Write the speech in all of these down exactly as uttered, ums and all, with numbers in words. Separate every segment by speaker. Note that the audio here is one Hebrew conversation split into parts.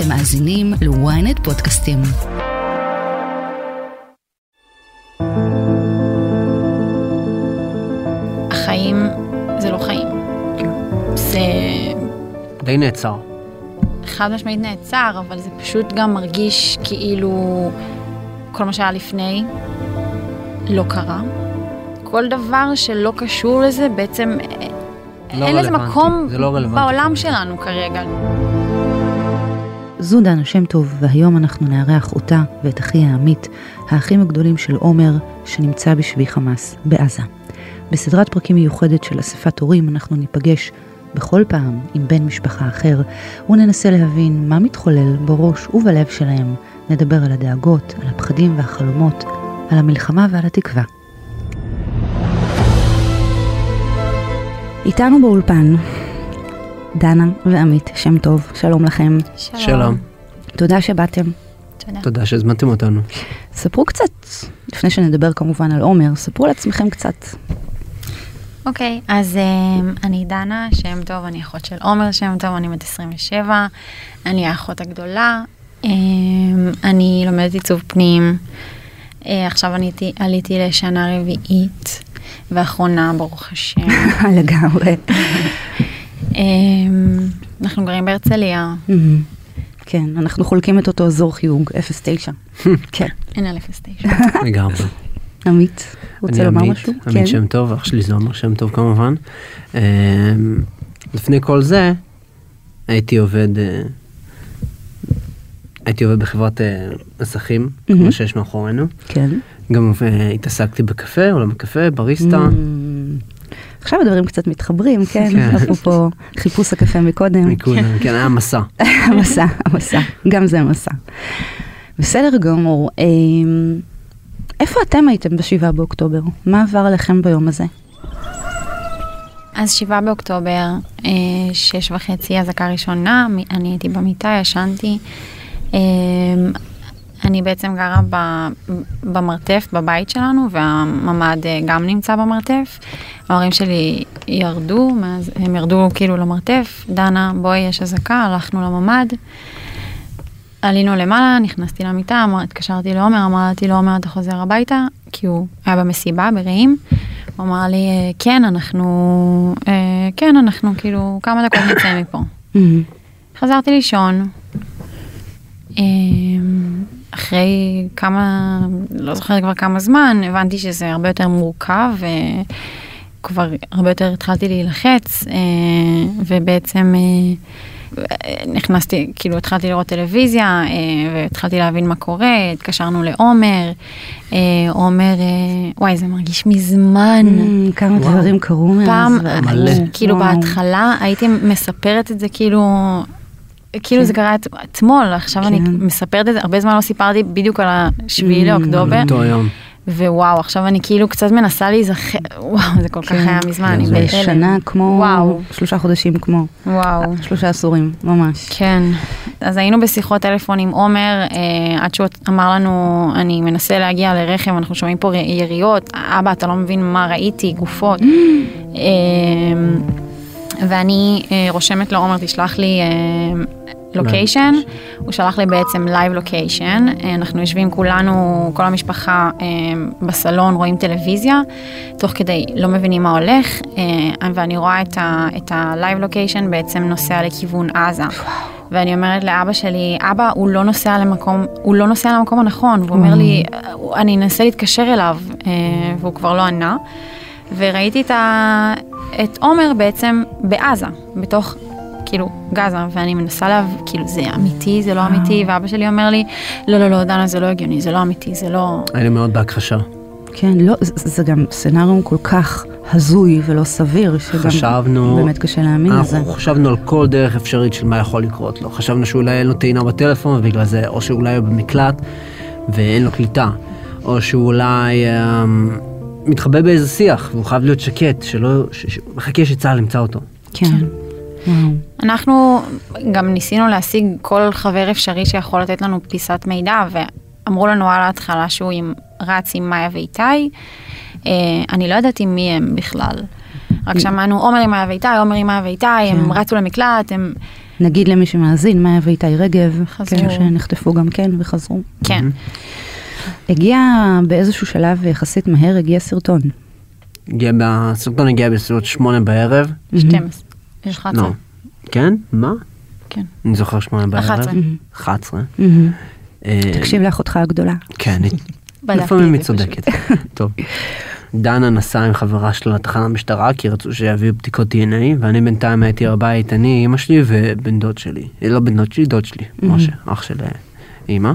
Speaker 1: אתם מאזינים ל-ynet פודקאסטים.
Speaker 2: החיים זה לא חיים. זה...
Speaker 3: די נעצר.
Speaker 2: חד משמעית נעצר, אבל זה פשוט גם מרגיש כאילו כל מה שהיה לפני לא קרה. כל דבר שלא קשור לזה בעצם
Speaker 3: לא
Speaker 2: אין לזה מקום
Speaker 3: לא
Speaker 2: בעולם שלנו כרגע.
Speaker 1: זו דנה שם טוב, והיום אנחנו נארח אותה ואת אחיה עמית, האחים הגדולים של עומר, שנמצא בשבי חמאס בעזה. בסדרת פרקים מיוחדת של אספת הורים אנחנו ניפגש בכל פעם עם בן משפחה אחר, וננסה להבין מה מתחולל בראש ובלב שלהם. נדבר על הדאגות, על הפחדים והחלומות, על המלחמה ועל התקווה. איתנו באולפן דנה ועמית שם טוב, שלום לכם.
Speaker 2: שלום.
Speaker 3: שלום.
Speaker 1: תודה שבאתם.
Speaker 2: תודה.
Speaker 3: תודה שהזמנתם אותנו.
Speaker 1: ספרו קצת, לפני שנדבר כמובן על עומר, ספרו לעצמכם קצת.
Speaker 2: אוקיי, אז um, אני דנה שם טוב, אני אחות של עומר שם טוב, אני בת עשרים ושבע, אני האחות הגדולה, um, אני לומדת עיצוב פנים, uh, עכשיו אני עליתי לשנה רביעית, ואחרונה ברוך השם.
Speaker 1: לגמרי.
Speaker 2: um, אנחנו גרים בהרצליה.
Speaker 1: כן, אנחנו חולקים את אותו אזור חיוג, אפס תשע. כן.
Speaker 2: אין על אפס תשע.
Speaker 3: לגמרי.
Speaker 1: עמית, רוצה לומר משהו?
Speaker 3: אני עמית שם טוב, אח שלי זה עומר שם טוב כמובן. לפני כל זה, הייתי עובד, הייתי עובד בחברת מסכים, כמו שיש מאחורינו.
Speaker 1: כן. גם
Speaker 3: התעסקתי בקפה, עולם הקפה, בריסטה.
Speaker 1: עכשיו הדברים קצת מתחברים, כן? אנחנו פה חיפוש הקפה מקודם.
Speaker 3: מקודם, כן, היה מסע.
Speaker 1: המסע, המסע. גם זה מסע. בסדר גמור. איפה אתם הייתם בשבעה באוקטובר? מה עבר עליכם ביום הזה?
Speaker 2: אז שבעה באוקטובר, שש וחצי, הזקה ראשונה, אני הייתי במיטה, ישנתי. אני בעצם גרה במרתף, בבית שלנו, והממד גם נמצא במרתף. ההורים שלי ירדו, הם ירדו כאילו למרתף, דנה, בואי, יש הזקה, הלכנו לממד. עלינו למעלה, נכנסתי למיטה, התקשרתי לעומר, אמרתי לו, עומר, אתה חוזר הביתה, כי הוא היה במסיבה, ברעים. הוא אמר לי, כן, אנחנו, כן, אנחנו כאילו, כמה דקות נצא מפה. חזרתי לישון. אחרי כמה, לא זוכרת כבר כמה זמן, הבנתי שזה הרבה יותר מורכב, וכבר הרבה יותר התחלתי להילחץ, ובעצם נכנסתי, כאילו התחלתי לראות טלוויזיה, והתחלתי להבין מה קורה, התקשרנו לעומר, עומר, וואי, זה מרגיש מזמן.
Speaker 1: כמה דברים קרו מאז.
Speaker 2: פעם, כאילו בהתחלה, הייתי מספרת את זה כאילו, כאילו זה קרה אתמול, עכשיו אני מספרת את זה, הרבה זמן לא סיפרתי בדיוק על השביעי לאוקטובר. ווואו, עכשיו אני כאילו קצת מנסה להיזכר, וואו, זה כל כך היה מזמן.
Speaker 1: שנה כמו, שלושה חודשים כמו,
Speaker 2: וואו.
Speaker 1: שלושה עשורים, ממש.
Speaker 2: כן, אז היינו בשיחות טלפון עם עומר, עד שהוא אמר לנו, אני מנסה להגיע לרכב, אנחנו שומעים פה יריות, אבא, אתה לא מבין מה ראיתי, גופות. ואני רושמת לו, עומר, תשלח לי לוקיישן, הוא שלח לי בעצם לייב לוקיישן, אנחנו יושבים כולנו, כל המשפחה בסלון, רואים טלוויזיה, תוך כדי לא מבינים מה הולך, ואני רואה את הלייב לוקיישן בעצם נוסע לכיוון עזה. ואני אומרת לאבא שלי, אבא, הוא לא נוסע למקום, הוא לא נוסע למקום הנכון, והוא אומר לי, אני אנסה להתקשר אליו, והוא כבר לא ענה. וראיתי את, ה... את עומר בעצם בעזה, בתוך כאילו גזה, ואני מנסה לה, כאילו זה אמיתי, זה לא אמיתי, ואבא שלי אומר לי, לא, לא, לא, דנה, זה לא הגיוני, זה לא אמיתי, זה לא...
Speaker 3: אני מאוד בהכחשה.
Speaker 1: כן, לא, זה, זה גם סצנריום כל כך הזוי ולא סביר, שגם
Speaker 3: חשבנו,
Speaker 1: באמת קשה להאמין לזה.
Speaker 3: אנחנו חשבנו על כל דרך אפשרית של מה יכול לקרות לו. חשבנו שאולי אין לו טעינה בטלפון, ובגלל זה, או שאולי הוא במקלט, ואין לו קליטה, או שאולי... מתחבא באיזה שיח, והוא חייב להיות שקט, שלא, מחכה שצהל למצא אותו.
Speaker 1: כן.
Speaker 2: אנחנו גם ניסינו להשיג כל חבר אפשרי שיכול לתת לנו פיסת מידע, ואמרו לנו על ההתחלה שהוא רץ עם מאיה ואיתי. אני לא ידעתי מי הם בכלל. רק שמענו עומר עם מאיה ואיתי, עומר עם מאיה ואיתי, הם רצו למקלט, הם...
Speaker 1: נגיד למי שמאזין, מאיה ואיתי רגב,
Speaker 2: חזרו.
Speaker 1: כן, שנחטפו גם כן וחזרו.
Speaker 2: כן.
Speaker 1: הגיע באיזשהו שלב יחסית מהר, הגיע סרטון.
Speaker 3: הגיע, הסרטון הגיע בסביבות שמונה בערב.
Speaker 2: שתים עשרה. יש אחת עשרה.
Speaker 3: לא. כן? מה?
Speaker 2: כן.
Speaker 3: אני זוכר שמונה בערב.
Speaker 2: אחת עשרה.
Speaker 3: אחת עשרה.
Speaker 1: תקשיב לאחותך הגדולה.
Speaker 3: כן,
Speaker 2: בדקתי
Speaker 3: לפעמים היא
Speaker 2: את זה
Speaker 3: צודקת. טוב. דנה נסעה עם חברה שלו לתחנה המשטרה, כי רצו שיביאו בדיקות די אן איי, ואני בינתיים הייתי בבית, אני, אמא שלי ובן דוד שלי. לא בן דוד שלי, דוד שלי, משה, אח של אמא.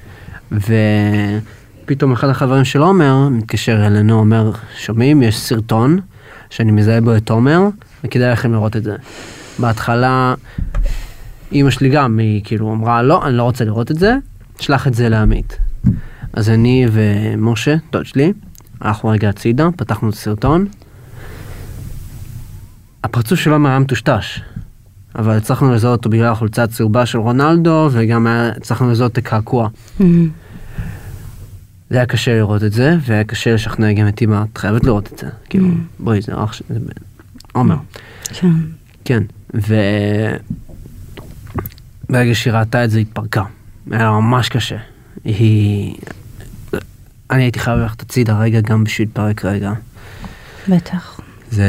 Speaker 3: ופתאום אחד החברים של עומר מתקשר אלינו, אומר, שומעים, יש סרטון שאני מזהה בו את עומר, וכדאי לכם לראות את זה. בהתחלה, אמא שלי גם, היא כאילו אמרה, לא, אני לא רוצה לראות את זה, שלח את זה לעמית. אז אני ומשה, דוד שלי, הלכנו רגע הצידה, פתחנו את הסרטון. הפרצוף שלו היה מטושטש, אבל הצלחנו לזהות אותו בגלל החולצה הצהובה של רונלדו, וגם הצלחנו לזהות את הקעקוע. זה היה קשה לראות את זה, והיה קשה לשכנע גם את אמא, את חייבת לראות את זה. כאילו, בואי, זה אח שזה עומר.
Speaker 1: כן.
Speaker 3: כן, וברגע שהיא ראתה את זה, התפרקה. היה ממש קשה. היא... אני הייתי חייב ללכת הצידה רגע, גם בשביל להתפרק רגע.
Speaker 1: בטח.
Speaker 3: זה...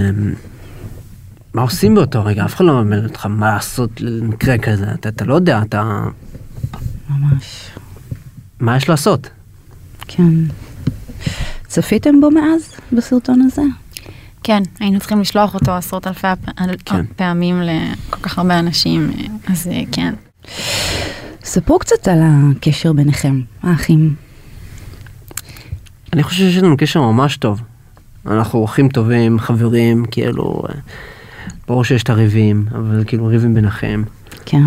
Speaker 3: מה עושים באותו רגע? אף אחד לא אומר אותך מה לעשות למקרה כזה. אתה, אתה לא יודע, אתה...
Speaker 1: ממש.
Speaker 3: מה יש לעשות?
Speaker 1: כן. צפיתם בו מאז, בסרטון הזה?
Speaker 2: כן, היינו צריכים לשלוח אותו עשרות אלפי
Speaker 3: כן.
Speaker 2: פעמים לכל כך הרבה אנשים, אז כן.
Speaker 1: ספרו קצת על הקשר ביניכם, האחים.
Speaker 3: אני חושב שיש לנו קשר ממש טוב. אנחנו אחים טובים, חברים, כאילו, ברור שיש את הריבים, אבל כאילו ריבים ביניכם.
Speaker 1: כן.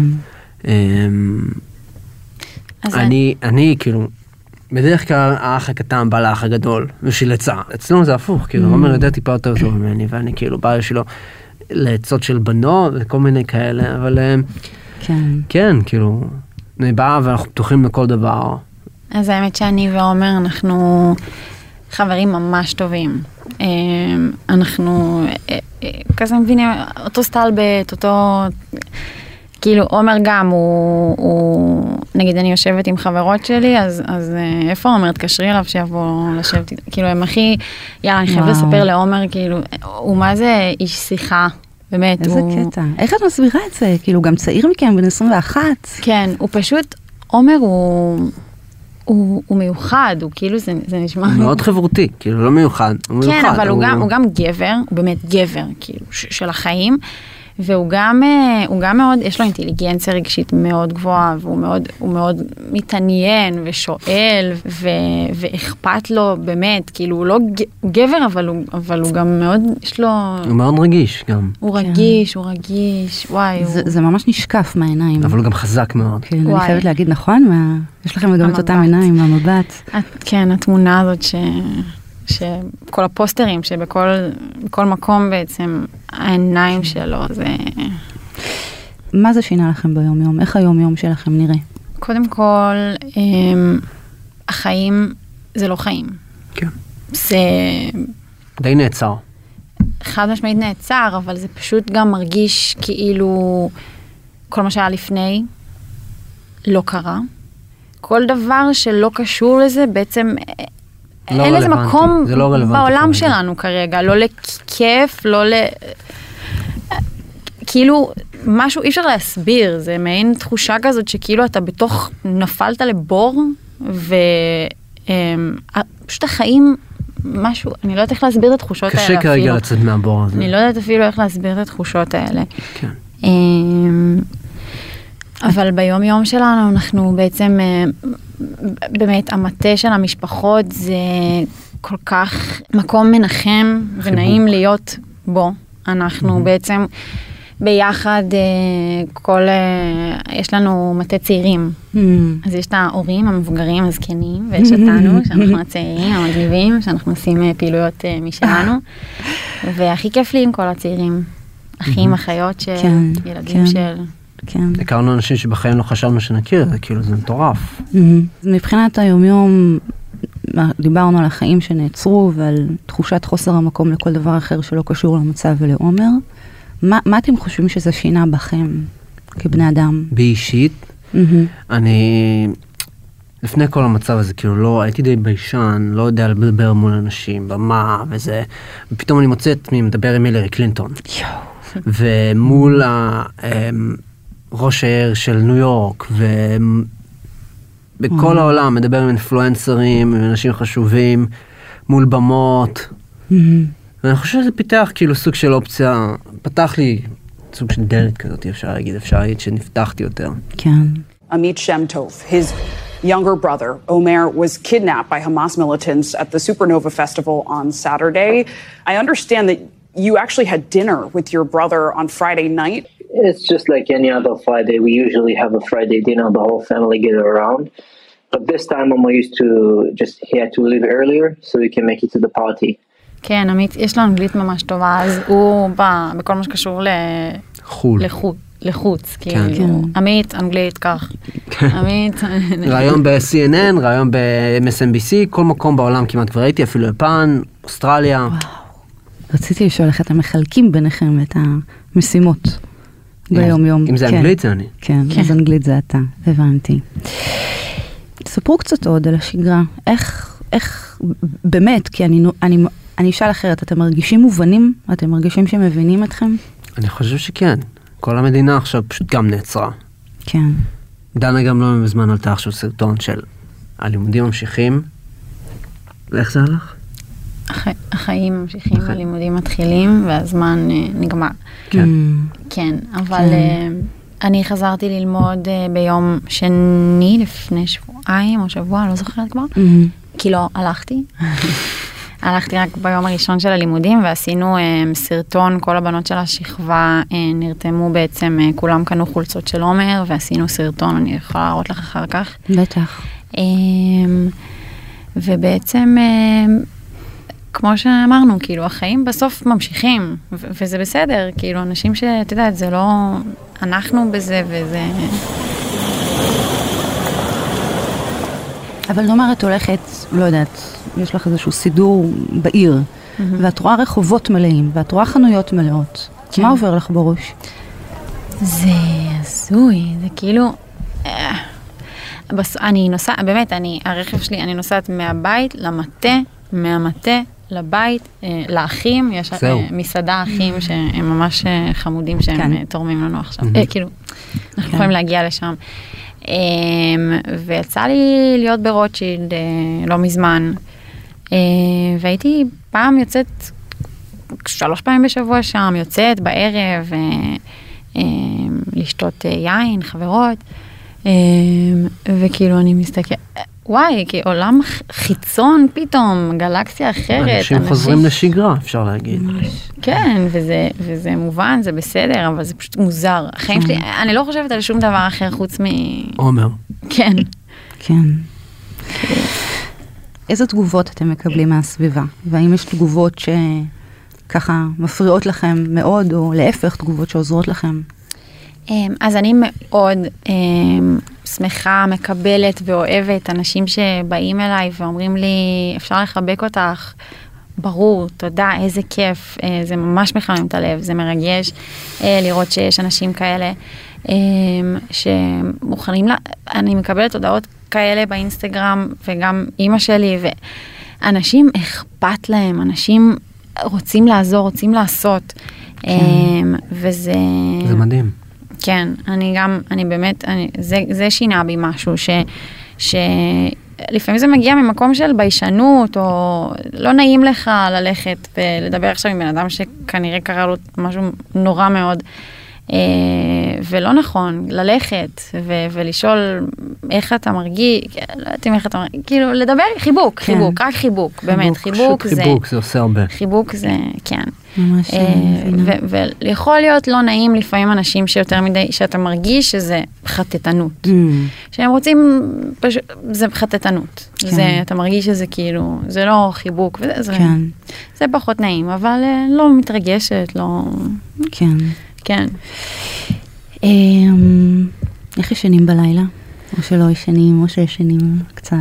Speaker 3: אני, אני כאילו, בדרך כלל האח הקטן בא לאח הגדול, בשביל עצה. אצלנו זה הפוך, כאילו, עומר יודע טיפה יותר טוב ממני, ואני כאילו בא שלו לעצות של בנות וכל מיני כאלה, אבל
Speaker 1: כן,
Speaker 3: כן, כאילו, אני בא ואנחנו פתוחים לכל דבר.
Speaker 2: אז האמת שאני ועומר, אנחנו חברים ממש טובים. אנחנו כזה מבינים, אותו סטלבט, אותו... כאילו, עומר גם, הוא, הוא, נגיד אני יושבת עם חברות שלי, אז, אז איפה עומר? תקשרי אליו שיבוא לשבת, כאילו, הם הכי, יאללה, אני חייב לספר לעומר, כאילו, הוא מה זה איש שיחה, באמת.
Speaker 1: איזה
Speaker 2: הוא...
Speaker 1: קטע. איך את מסבירה את זה? כאילו, גם צעיר מכם, בן עשרים ואחת.
Speaker 2: כן, הוא פשוט, עומר הוא... הוא, הוא מיוחד, הוא כאילו, זה, זה נשמע...
Speaker 3: הוא מאוד חברותי, כאילו, לא מיוחד, הוא מיוחד.
Speaker 2: כן, אבל הוא, הוא, גם, הוא גם גבר, הוא באמת גבר, כאילו, ש, של החיים, והוא גם, הוא גם מאוד, יש לו אינטליגנציה רגשית מאוד גבוהה, והוא מאוד, הוא מאוד מתעניין ושואל, ו, ואכפת לו באמת, כאילו, הוא לא הוא גבר, אבל הוא, אבל הוא גם מאוד, יש לו...
Speaker 3: הוא מאוד רגיש גם.
Speaker 2: הוא רגיש, הוא רגיש, וואי.
Speaker 1: זה,
Speaker 2: הוא...
Speaker 1: זה ממש נשקף מהעיניים.
Speaker 3: אבל הוא גם חזק מאוד.
Speaker 1: כן, אני חייבת להגיד, נכון? מה... יש לכם גם את אותם עיניים, המבט.
Speaker 2: כן, התמונה הזאת ש... שכל הפוסטרים שבכל בכל מקום בעצם העיניים שלו זה...
Speaker 1: מה זה שינה לכם ביום יום? איך היום יום שלכם נראה?
Speaker 2: קודם כל, הם, החיים זה לא חיים.
Speaker 3: כן.
Speaker 2: זה...
Speaker 3: די נעצר.
Speaker 2: חד משמעית נעצר, אבל זה פשוט גם מרגיש כאילו כל מה שהיה לפני לא קרה. כל דבר שלא קשור לזה בעצם...
Speaker 3: לא
Speaker 2: אין לזה מקום
Speaker 3: לא
Speaker 2: בעולם
Speaker 3: כרגע.
Speaker 2: שלנו כרגע, לא לכיף, לא ל... כאילו, משהו אי אפשר להסביר, זה מעין תחושה כזאת שכאילו אתה בתוך, נפלת לבור, ופשוט החיים, משהו, אני לא יודעת איך להסביר את התחושות האלה אפילו.
Speaker 3: קשה כרגע לצאת מהבור הזה.
Speaker 2: אני לא יודעת אפילו איך להסביר את התחושות האלה.
Speaker 3: כן.
Speaker 2: אבל ביום יום שלנו אנחנו בעצם, באמת המטה של המשפחות זה כל כך מקום מנחם ונעים להיות בו. אנחנו בעצם ביחד, כל, יש לנו מטה צעירים. אז יש את ההורים, המבוגרים, הזקנים, ויש אותנו, שאנחנו הצעירים, המגניבים, שאנחנו עושים פעילויות משלנו. והכי כיף לי עם כל הצעירים. אחים, אחיות של, ילדים של...
Speaker 1: כן.
Speaker 3: הכרנו אנשים שבחיים לא חשבנו שנכיר, זה כאילו, זה מטורף.
Speaker 1: מבחינת היומיום, דיברנו על החיים שנעצרו, ועל תחושת חוסר המקום לכל דבר אחר שלא קשור למצב ולעומר. מה, מה אתם חושבים שזה שינה בכם? כבני אדם?
Speaker 3: בי אישית, אני, לפני כל המצב הזה, כאילו לא, הייתי די ביישן, לא יודע לדבר מול אנשים, במה וזה, ופתאום אני מוצא את עצמי מדבר עם הילרי קלינטון. ומול ראש העיר של ניו יורק, ובכל העולם מדבר עם אינפלואנסרים, עם אנשים חשובים, מול במות. ואני חושב שזה פיתח כאילו סוג של אופציה, פתח לי סוג של דלת כזאת, אפשר להגיד, אפשר להגיד שנפתחתי יותר.
Speaker 1: כן.
Speaker 4: Amit Shem Tov, his younger brother, Omer, was kidnapped by Hamas militants at the Supernova Festival on Saturday. I understand that you actually had dinner with your brother on Friday night.
Speaker 5: It's just like any other Friday. We usually have a Friday dinner, the whole family get around. But this time Omer used to just, he had to leave earlier so we can make it to the party.
Speaker 2: כן, עמית, יש לו אנגלית ממש טובה, אז הוא בא בכל מה שקשור
Speaker 3: חול.
Speaker 2: לחוץ, כאילו, עמית, אנגלית, כך. עמית.
Speaker 3: רעיון ב-סי אן אן, רעיון ב-אם אס אן בי סי, כל מקום בעולם כמעט כבר הייתי, אפילו יפן, אוסטרליה.
Speaker 1: רציתי לשאול איך אתם מחלקים ביניכם את המשימות ביום יום.
Speaker 3: אם זה אנגלית זה אני.
Speaker 1: כן, אז אנגלית זה אתה, הבנתי. תספרו קצת עוד על השגרה, איך, איך, באמת, כי אני, אני, אני אשאל אחרת, אתם מרגישים מובנים? אתם מרגישים שמבינים אתכם?
Speaker 3: אני חושב שכן. כל המדינה עכשיו פשוט גם נעצרה.
Speaker 1: כן.
Speaker 3: דנה גם לא מזמן עלתה עכשיו סרטון של הלימודים ממשיכים. ואיך זה הלך?
Speaker 2: הח... החיים ממשיכים, הח... הלימודים מתחילים, והזמן uh, נגמר.
Speaker 3: כן.
Speaker 2: כן, אבל כן. Uh, אני חזרתי ללמוד uh, ביום שני לפני שבועיים או שבוע, לא זוכרת כבר. Mm-hmm. כי לא הלכתי. הלכתי רק ביום הראשון של הלימודים, ועשינו um, סרטון, כל הבנות של השכבה uh, נרתמו בעצם, uh, כולם קנו חולצות של עומר, ועשינו סרטון, אני יכולה להראות לך אחר כך.
Speaker 1: בטח.
Speaker 2: Um, ובעצם, uh, כמו שאמרנו, כאילו, החיים בסוף ממשיכים, ו- וזה בסדר, כאילו, אנשים שאת יודעת, זה לא, אנחנו בזה, וזה...
Speaker 1: אבל נאמר, את הולכת, לא יודעת, יש לך איזשהו סידור בעיר, mm-hmm. ואת רואה רחובות מלאים, ואת רואה חנויות מלאות. כן. מה עובר לך בראש?
Speaker 2: זה הזוי, זה כאילו... בס... אני נוסעת, באמת, אני, הרכב שלי, אני נוסעת מהבית למטה, מהמטה לבית, אה, לאחים, יש אה, מסעדה אחים שהם ממש אה, חמודים שהם כן. אה, תורמים לנו עכשיו. Mm-hmm. אה, כאילו, אנחנו כן. יכולים להגיע לשם. ויצא לי להיות ברוטשילד לא מזמן, והייתי פעם יוצאת שלוש פעמים בשבוע שם, יוצאת בערב לשתות יין, חברות, וכאילו אני מסתכלת, וואי, כי עולם חיצון פתאום, גלקסיה אחרת.
Speaker 3: אנשים חוזרים לשגרה, אפשר להגיד.
Speaker 2: כן, וזה, וזה מובן, זה בסדר, אבל זה פשוט מוזר. החיים שלי, אני לא חושבת על שום דבר אחר חוץ מ...
Speaker 3: עומר.
Speaker 2: כן.
Speaker 1: כן. איזה תגובות אתם מקבלים מהסביבה? והאם יש תגובות שככה מפריעות לכם מאוד, או להפך, תגובות שעוזרות לכם?
Speaker 2: אז אני מאוד שמחה, מקבלת ואוהבת אנשים שבאים אליי ואומרים לי, אפשר לחבק אותך, ברור, תודה, איזה כיף, זה ממש מחמם את הלב, זה מרגש לראות שיש אנשים כאלה שמוכנים, אני מקבלת הודעות כאלה באינסטגרם, וגם אמא שלי, ואנשים אכפת להם, אנשים רוצים לעזור, רוצים לעשות, וזה...
Speaker 3: זה מדהים.
Speaker 2: כן, אני גם, אני באמת, אני, זה, זה שינה בי משהו, ש, שלפעמים זה מגיע ממקום של ביישנות, או לא נעים לך ללכת ולדבר עכשיו עם בן אדם שכנראה קרה לו משהו נורא מאוד, ולא נכון, ללכת ו- ולשאול איך אתה מרגיש, לא יודעת איך אתה מרגיש, כאילו לדבר, חיבוק, כן. חיבוק, רק חיבוק, באמת, חיבוק זה...
Speaker 3: חיבוק זה עושה הרבה.
Speaker 2: חיבוק זה, כן.
Speaker 1: ממש מבינה.
Speaker 2: ויכול להיות לא נעים לפעמים אנשים שיותר מדי, שאתה מרגיש שזה חטטנות. שהם רוצים, זה חטטטנות. זה, אתה מרגיש שזה כאילו, זה לא חיבוק, וזה זה פחות נעים, אבל לא מתרגשת, לא...
Speaker 1: כן.
Speaker 2: כן.
Speaker 1: איך ישנים בלילה? או שלא ישנים, או שישנים קצת?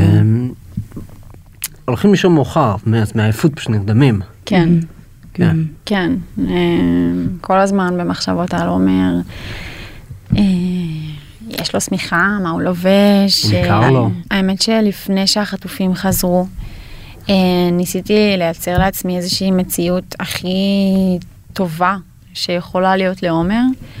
Speaker 3: הולכים לישון מאוחר, מהעייפות פשוט נרדמים.
Speaker 2: כן.
Speaker 3: כן.
Speaker 2: כן. כל הזמן במחשבות על עומר. יש לו שמיכה, מה הוא לובש.
Speaker 3: ניכר לו.
Speaker 2: האמת שלפני שהחטופים חזרו, ניסיתי לייצר לעצמי איזושהי מציאות הכי טובה שיכולה להיות לעומר.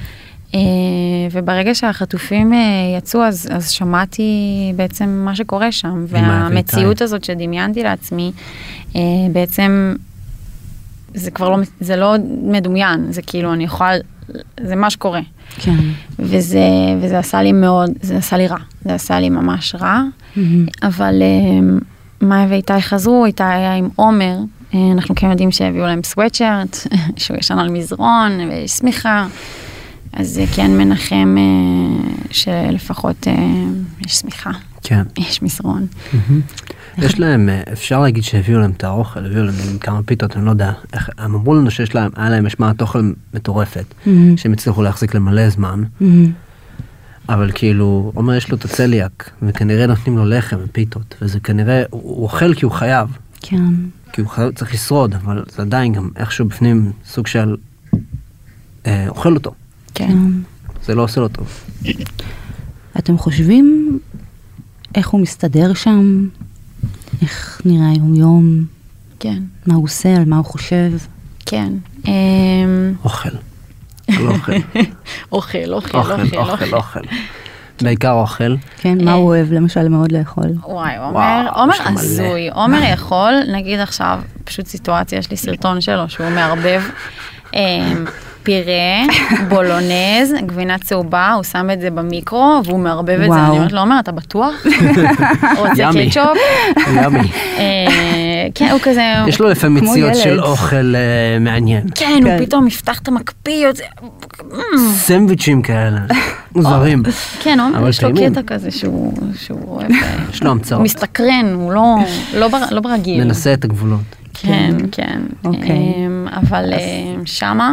Speaker 2: וברגע שהחטופים יצאו, אז, אז שמעתי בעצם מה שקורה שם. והמציאות הזאת שדמיינתי לעצמי, בעצם זה כבר לא, זה לא מדומיין, זה כאילו אני יכולה, זה מה שקורה.
Speaker 1: כן.
Speaker 2: וזה, וזה עשה לי מאוד, זה עשה לי רע. זה עשה לי ממש רע. Mm-hmm. אבל מאיה ואיתי חזרו, איתי היה עם עומר, אנחנו כן יודעים שהביאו להם סוואטשרט, שהוא ישן על מזרון, ויש שמיכה. אז זה כן מנחם שלפחות יש שמיכה.
Speaker 3: כן.
Speaker 2: יש מזרון.
Speaker 3: יש להם, אפשר להגיד שהביאו להם את האוכל, הביאו להם כמה פיתות, אני לא יודע, הם אמרו לנו שיש להם, היה להם משמעת אוכל מטורפת, שהם הצליחו להחזיק למלא זמן, אבל כאילו, אומר יש לו את הצליאק, וכנראה נותנים לו לחם ופיתות, וזה כנראה, הוא אוכל כי הוא חייב.
Speaker 1: כן.
Speaker 3: כי הוא חייב, צריך לשרוד, אבל זה עדיין גם איכשהו בפנים סוג של אה, אוכל אותו.
Speaker 2: כן.
Speaker 3: זה לא עושה לו טוב.
Speaker 1: אתם חושבים איך הוא מסתדר שם? איך נראה היום יום?
Speaker 2: כן.
Speaker 1: מה הוא עושה? על מה הוא חושב?
Speaker 2: כן.
Speaker 3: אוכל. לא אוכל.
Speaker 2: אוכל, אוכל,
Speaker 3: אוכל, אוכל, אוכל. בעיקר אוכל.
Speaker 1: כן, מה הוא אוהב למשל מאוד לאכול?
Speaker 2: וואי, עומר, עומר עזוי. עומר יכול, נגיד עכשיו, פשוט סיטואציה, יש לי סרטון שלו שהוא מערבב פירה, בולונז, גבינה צהובה, הוא שם את זה במיקרו, והוא מערבב את זה, אני אומרת לו, עומר, אתה בטוח? רוצה קטשופ?
Speaker 3: ימי.
Speaker 2: כן, הוא כזה...
Speaker 3: יש לו לפעמים מציאות של אוכל מעניין.
Speaker 2: כן, הוא פתאום יפתח את המקפיא,
Speaker 3: סנדוויצ'ים כאלה, מוזרים.
Speaker 2: כן, עומר, יש לו קטע כזה שהוא אוהב...
Speaker 3: יש לו המצאות.
Speaker 2: הוא מסתקרן, הוא לא ברגיל.
Speaker 3: מנסה את הגבולות.
Speaker 2: כן, כן. אבל שמה,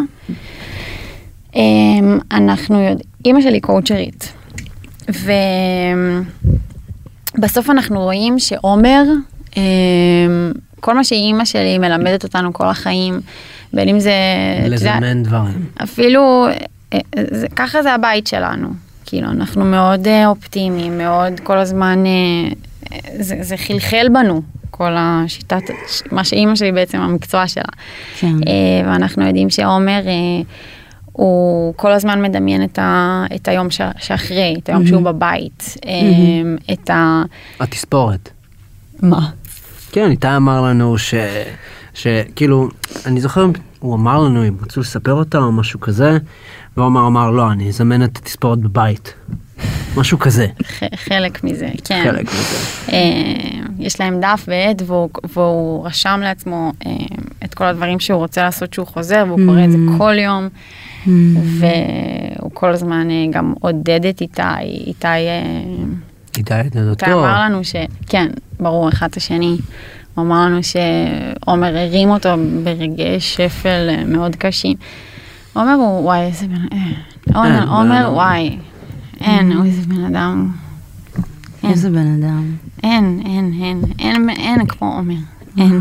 Speaker 2: אנחנו יודעים, אמא שלי קואוצ'רית, ובסוף אנחנו רואים שעומר, כל מה שאמא שלי מלמדת אותנו כל החיים, בין אם זה...
Speaker 3: לזמן דברים.
Speaker 2: אפילו, ככה זה הבית שלנו. כאילו, אנחנו מאוד אופטימיים, מאוד כל הזמן, זה חלחל בנו. כל השיטת, מה שאימא שלי בעצם המקצוע שלה.
Speaker 1: כן.
Speaker 2: ואנחנו יודעים שעומר, הוא כל הזמן מדמיין את, ה, את היום ש, שאחרי, את היום שהוא בבית, את ה...
Speaker 3: התספורת.
Speaker 2: מה?
Speaker 3: כן, איתי אמר לנו ש... שכאילו, אני זוכר, הוא אמר לנו, אם רצו לספר אותה או משהו כזה, ועומר אמר, לא, אני אזמן את התספורת בבית. משהו כזה.
Speaker 2: חלק מזה, כן.
Speaker 3: חלק מזה.
Speaker 2: יש להם דף ועד, והוא, והוא רשם לעצמו את כל הדברים שהוא רוצה לעשות שהוא חוזר, והוא קורא את זה כל יום, והוא כל הזמן גם עודד את איתי, איתי...
Speaker 3: איתי עדד אותו.
Speaker 2: איתי אמר לנו ש... כן, ברור, אחד השני. הוא אמר לנו שעומר הרים אותו ברגעי שפל מאוד קשים. עומר הוא, וואי, איזה בן... עומר, עומר, וואי. אין, הוא איזה בן אדם.
Speaker 1: איזה בן אדם.
Speaker 2: אין, אין, אין, אין, אין כמו עומר. אין.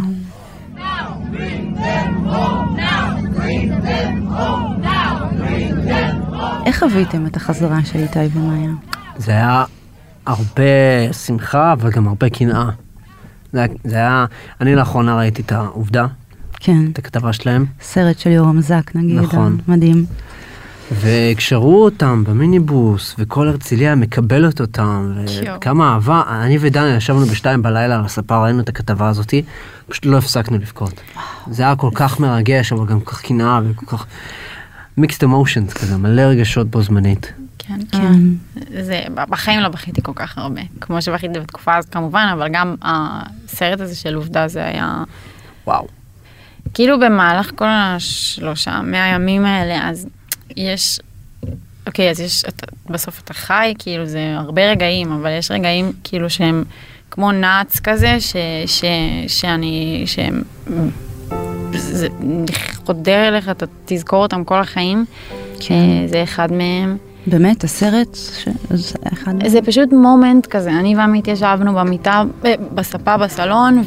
Speaker 1: איך חוויתם את החזרה של איתי ומאיה?
Speaker 3: זה היה הרבה שמחה, אבל גם הרבה קנאה. זה היה, אני לאחרונה ראיתי את העובדה.
Speaker 1: כן.
Speaker 3: את הכתבה שלהם.
Speaker 1: סרט של יורם זק, נגיד.
Speaker 3: נכון.
Speaker 1: מדהים.
Speaker 3: והקשרו אותם במיניבוס, וכל הרצליה מקבלת אותם, וכמה אהבה. אני ודני ישבנו בשתיים בלילה על הספה, ראינו את הכתבה הזאת, פשוט לא הפסקנו לבכות. זה היה כל כך מרגש, אבל גם כל כך קנאה, וכל כך mixed emotions כזה, מלא רגשות בו זמנית.
Speaker 2: כן, כן. זה, בחיים לא בכיתי כל כך הרבה, כמו שבכיתי בתקופה הזאת כמובן, אבל גם הסרט הזה של עובדה זה היה...
Speaker 3: וואו.
Speaker 2: כאילו במהלך כל השלושה, מאה ימים האלה, אז יש, אוקיי, אז יש, בסוף אתה חי, כאילו זה הרבה רגעים, אבל יש רגעים כאילו שהם כמו נאץ כזה, ש, ש, שאני, שהם, זה חודר אליך, אתה תזכור אותם כל החיים, כן. זה אחד מהם.
Speaker 1: באמת, הסרט, ש... זה אחד מהם?
Speaker 2: זה פשוט מומנט כזה, אני ועמית ישבנו במיטה, בספה, בסלון,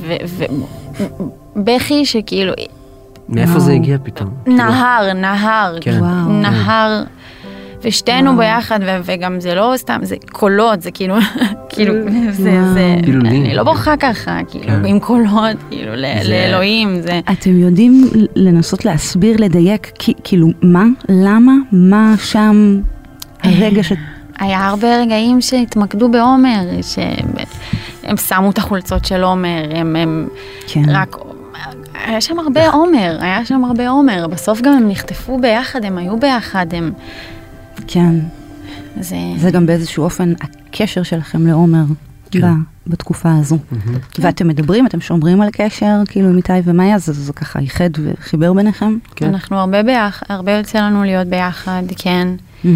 Speaker 2: ובכי שכאילו...
Speaker 3: מאיפה זה הגיע פתאום?
Speaker 2: נהר, נהר, נהר, ושתינו ביחד, וגם זה לא סתם, זה קולות, זה כאילו, כאילו, זה, זה, אני לא בורחה ככה, כאילו, עם קולות, כאילו, לאלוהים, זה...
Speaker 1: אתם יודעים לנסות להסביר, לדייק, כאילו, מה, למה, מה שם, הרגע ש...
Speaker 2: היה הרבה רגעים שהתמקדו בעומר, שהם שמו את החולצות של עומר, הם רק... היה שם הרבה עומר, היה שם הרבה עומר, בסוף גם הם נחטפו ביחד, הם היו ביחד, הם...
Speaker 1: כן.
Speaker 2: זה...
Speaker 1: זה גם באיזשהו אופן הקשר שלכם לעומר בתקופה הזו. ואתם מדברים, אתם שומרים על קשר, כאילו עם איתי ומאיה, זה ככה ייחד וחיבר ביניכם?
Speaker 2: אנחנו הרבה ביחד, הרבה יוצא לנו להיות ביחד, כן.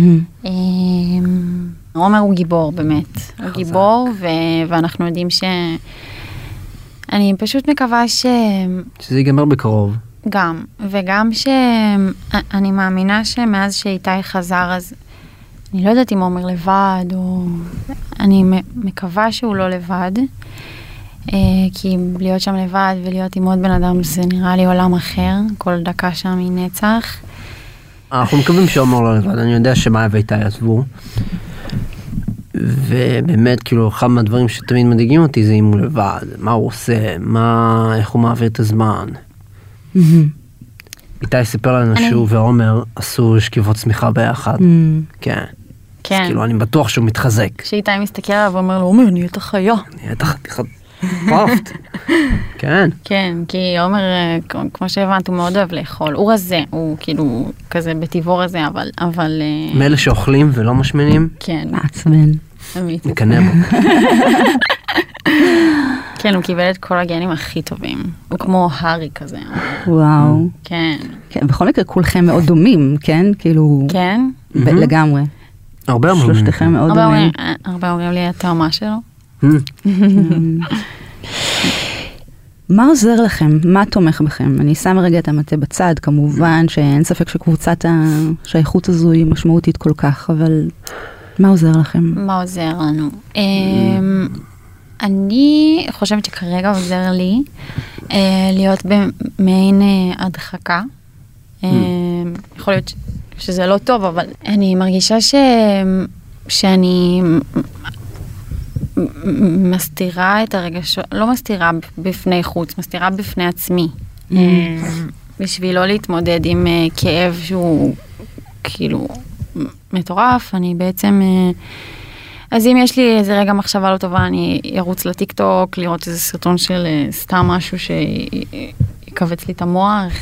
Speaker 2: עומר הוא גיבור, באמת. הוא גיבור, ואנחנו יודעים ש... אני פשוט מקווה ש...
Speaker 3: שזה ייגמר בקרוב.
Speaker 2: גם, וגם שאני מאמינה שמאז שאיתי חזר, אז אני לא יודעת אם עומר לבד, או... אני מקווה שהוא לא לבד, כי להיות שם לבד ולהיות עם עוד בן אדם, זה נראה לי עולם אחר, כל דקה שם היא נצח.
Speaker 3: אנחנו מקווים שעומר לא לבד, אני יודע שמאיה ואיתי עזבו. ובאמת, כאילו, אחד מהדברים שתמיד מדאיגים אותי זה אם הוא לבד, מה הוא עושה, מה, איך הוא מעביר את הזמן. איתי סיפר לנו שהוא ועומר עשו שכיבות צמיחה ביחד. כן.
Speaker 2: כן.
Speaker 3: כאילו, אני בטוח שהוא מתחזק.
Speaker 2: כשאיתי מסתכל עליו ואומר לו, עומר, נהיית חיה.
Speaker 3: נהיית חתיכת פאפט. כן.
Speaker 2: כן, כי עומר, כמו שהבנת, הוא מאוד אוהב לאכול. הוא רזה, הוא כאילו כזה בטבעו רזה, אבל... אבל
Speaker 3: מאלה שאוכלים ולא משמנים?
Speaker 2: כן.
Speaker 1: מעצבן.
Speaker 2: אמיתי.
Speaker 3: נקנה בו.
Speaker 2: כן, הוא קיבל את כל הגנים הכי טובים. הוא כמו הארי כזה.
Speaker 1: וואו.
Speaker 2: כן.
Speaker 1: כן, בכל מקרה, כולכם מאוד דומים, כן? כאילו...
Speaker 2: כן.
Speaker 1: לגמרי.
Speaker 3: הרבה אומרים.
Speaker 1: שלושתכם מאוד דומים.
Speaker 2: הרבה אומרים לי, התאומה שלו.
Speaker 1: מה עוזר לכם? מה תומך בכם? אני שם רגע את המטה בצד, כמובן שאין ספק שקבוצת השייכות הזו היא משמעותית כל כך, אבל מה עוזר לכם?
Speaker 2: מה עוזר לנו? אני חושבת שכרגע עוזר לי להיות במעין הדחקה. יכול להיות שזה לא טוב, אבל אני מרגישה שאני... מסתירה את הרגשות, לא מסתירה בפני חוץ, מסתירה בפני עצמי. בשביל לא להתמודד עם כאב שהוא כאילו מטורף, אני בעצם... אז אם יש לי איזה רגע מחשבה לא טובה, אני ארוץ לטיק טוק, לראות איזה סרטון של סתם משהו שיקבץ לי את המוח.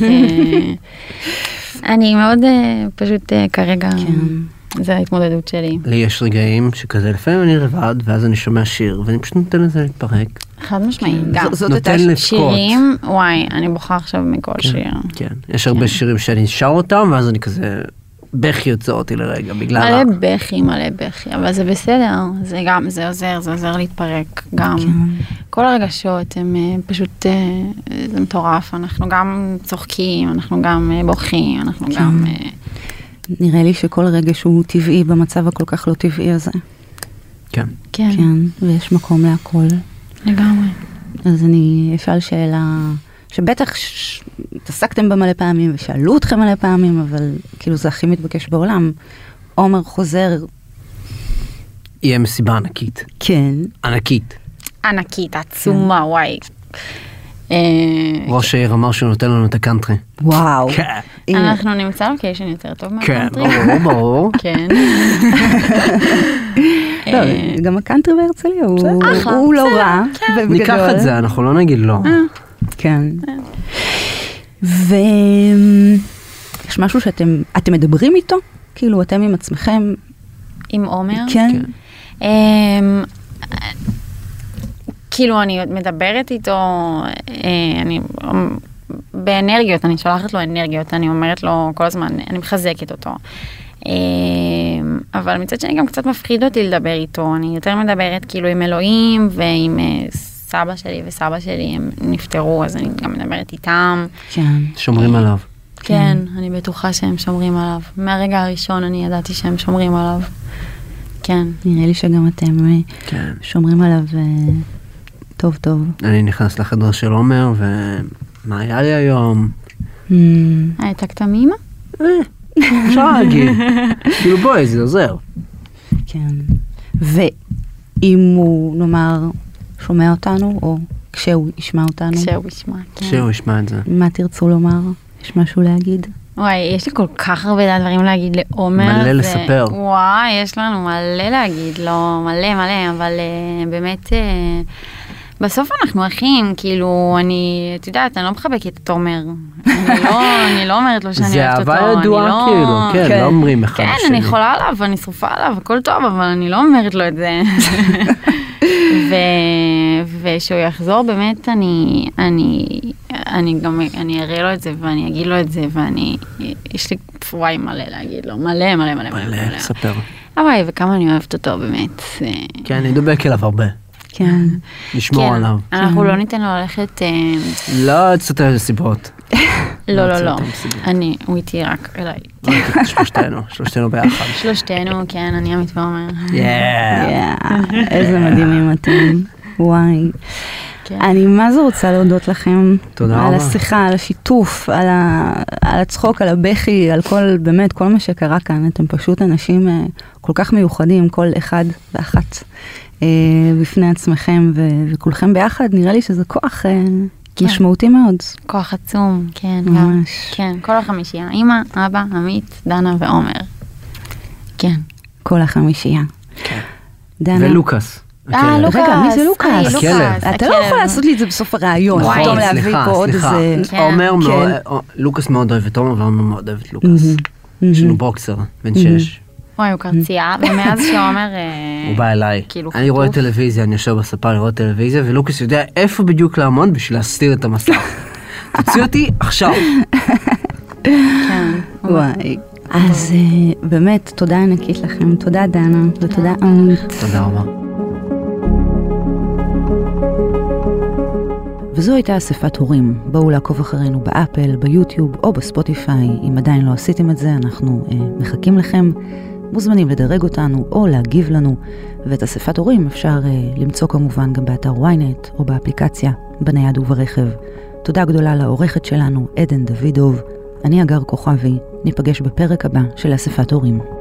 Speaker 2: אני מאוד פשוט כרגע... זה ההתמודדות שלי.
Speaker 3: לי יש רגעים שכזה, לפעמים אני לבד, ואז אני שומע שיר, ואני פשוט נותן לזה להתפרק.
Speaker 2: חד משמעית, גם.
Speaker 3: נותן לבכות.
Speaker 2: שירים, וואי, אני בוכה עכשיו מכל שיר.
Speaker 3: כן, יש הרבה שירים שאני שר אותם, ואז אני כזה, בכי יוצא אותי לרגע, בגלל...
Speaker 2: מלא בכי, מלא בכי, אבל זה בסדר, זה גם, זה עוזר, זה עוזר להתפרק, גם. כל הרגשות הם פשוט, זה מטורף, אנחנו גם צוחקים, אנחנו גם בוכים, אנחנו גם...
Speaker 1: נראה לי שכל רגש הוא טבעי במצב הכל כך לא טבעי הזה.
Speaker 3: כן.
Speaker 2: כן.
Speaker 1: כן, ויש מקום להכל.
Speaker 2: לגמרי.
Speaker 1: אז אני אשאל שאלה, שבטח התעסקתם בה מלא פעמים, ושאלו אתכם מלא פעמים, אבל כאילו זה הכי מתבקש בעולם. עומר חוזר.
Speaker 3: יהיה מסיבה ענקית.
Speaker 1: כן.
Speaker 3: ענקית.
Speaker 2: ענקית, עצומה, וואי.
Speaker 3: ראש העיר אמר שהוא נותן לנו את הקאנטרי.
Speaker 1: וואו.
Speaker 2: אנחנו נמצא לוקיישן יותר טוב מהקאנטרי.
Speaker 3: כן, ברור, ברור.
Speaker 2: כן.
Speaker 1: גם הקאנטרי בהרצליה הוא לא רע.
Speaker 3: ניקח את זה, אנחנו לא נגיד לא.
Speaker 1: כן. ויש משהו שאתם מדברים איתו? כאילו אתם עם עצמכם?
Speaker 2: עם עומר?
Speaker 1: כן.
Speaker 2: כאילו אני מדברת איתו, אני, באנרגיות, אני שולחת לו אנרגיות, אני אומרת לו כל הזמן, אני מחזקת אותו. אבל מצד שני גם קצת מפחיד אותי לדבר איתו, אני יותר מדברת כאילו עם אלוהים ועם סבא שלי וסבא שלי, הם נפטרו, אז אני גם מדברת איתם.
Speaker 1: כן.
Speaker 3: שומרים עליו.
Speaker 2: כן, אני בטוחה שהם שומרים עליו. מהרגע הראשון אני ידעתי שהם שומרים עליו. כן.
Speaker 1: נראה לי שגם אתם שומרים עליו טוב טוב.
Speaker 3: אני נכנס לחדר של עומר, ומה היה לי היום?
Speaker 2: הייתה קטע מאמא?
Speaker 3: אפשר להגיד. כאילו בואי, זה עוזר.
Speaker 1: כן. ואם הוא, נאמר, שומע אותנו, או כשהוא ישמע אותנו,
Speaker 2: כשהוא ישמע, כן.
Speaker 3: כשהוא ישמע את זה.
Speaker 1: מה תרצו לומר? יש משהו להגיד?
Speaker 2: וואי, יש לי כל כך הרבה דברים להגיד לעומר.
Speaker 3: מלא לספר.
Speaker 2: וואי, יש לנו מלא להגיד לו, מלא מלא, אבל uh, באמת, uh, בסוף אנחנו אחים, כאילו, אני, את יודעת, אני לא מחבקת את עומר. אני לא, אני לא אומרת לו שאני אוהבת אותו.
Speaker 3: זה אהבה ידועה
Speaker 2: לא,
Speaker 3: כאילו, כן, כן, לא אומרים אחד
Speaker 2: כן,
Speaker 3: לשני.
Speaker 2: אני יכולה עליו, אני שרופה עליו, הכל טוב, אבל אני לא אומרת לו את זה. ו... ושהוא יחזור, באמת, אני, אני, אני גם, אני אראה לו את זה, ואני אגיד לו את זה, ואני, יש לי פוואי מלא להגיד לו, מלא, מלא, מלא, מלא.
Speaker 3: מלא, ספר.
Speaker 2: וואי, וכמה אני אוהבת אותו, באמת.
Speaker 3: כן, אני דובק אליו הרבה.
Speaker 1: כן.
Speaker 3: לשמור עליו.
Speaker 2: אנחנו לא ניתן לו ללכת...
Speaker 3: לא תסתכל לסיבות.
Speaker 2: לא, לא, לא. אני, הוא איתי רק אליי.
Speaker 3: שלושתנו, שלושתנו ביחד.
Speaker 2: שלושתנו, כן, אני עמית ועומר.
Speaker 1: איזה מדהימים אתם. וואי. אני מה זה רוצה להודות לכם.
Speaker 3: תודה רבה.
Speaker 1: על השיחה, על השיתוף, על הצחוק, על הבכי, על כל, באמת, כל מה שקרה כאן. אתם פשוט אנשים כל כך מיוחדים, כל אחד ואחת. בפני עצמכם וכולכם ביחד, נראה לי שזה כוח משמעותי מאוד.
Speaker 2: כוח עצום, כן, גם. כן, כל החמישייה. אמא, אבא, עמית, דנה ועומר. כן.
Speaker 1: כל החמישייה.
Speaker 3: כן.
Speaker 1: דנה.
Speaker 3: ולוקאס.
Speaker 2: אה, לוקאס.
Speaker 1: רגע, מי זה לוקאס?
Speaker 3: הכלב.
Speaker 1: אתה לא יכול לעשות לי את זה בסוף הרעיון.
Speaker 3: נכון,
Speaker 1: סליחה,
Speaker 3: סליחה. עומר מאוד, לוקאס מאוד אוהב את עומר, ועומר מאוד אוהב את לוקאס. יש לנו בוקסר, בן שש.
Speaker 2: וואי, הוא קרצייה, ומאז שעומר...
Speaker 3: הוא בא אליי. אני רואה טלוויזיה, אני יושב בספה לראות טלוויזיה, ולוקאס יודע איפה בדיוק לעמוד בשביל להסתיר את המסך. תוציא אותי עכשיו.
Speaker 2: כן.
Speaker 1: וואי. אז באמת, תודה ענקית לכם. תודה דנה, ותודה עמית.
Speaker 3: תודה רבה.
Speaker 1: וזו הייתה אספת הורים. בואו לעקוב אחרינו באפל, ביוטיוב או בספוטיפיי. אם עדיין לא עשיתם את זה, אנחנו אה, מחכים לכם. מוזמנים לדרג אותנו או להגיב לנו. ואת אספת הורים אפשר אה, למצוא כמובן גם באתר וויינט או באפליקציה, בנייד וברכב. תודה גדולה לעורכת שלנו, עדן דוידוב. אני אגר כוכבי. ניפגש בפרק הבא של אספת הורים.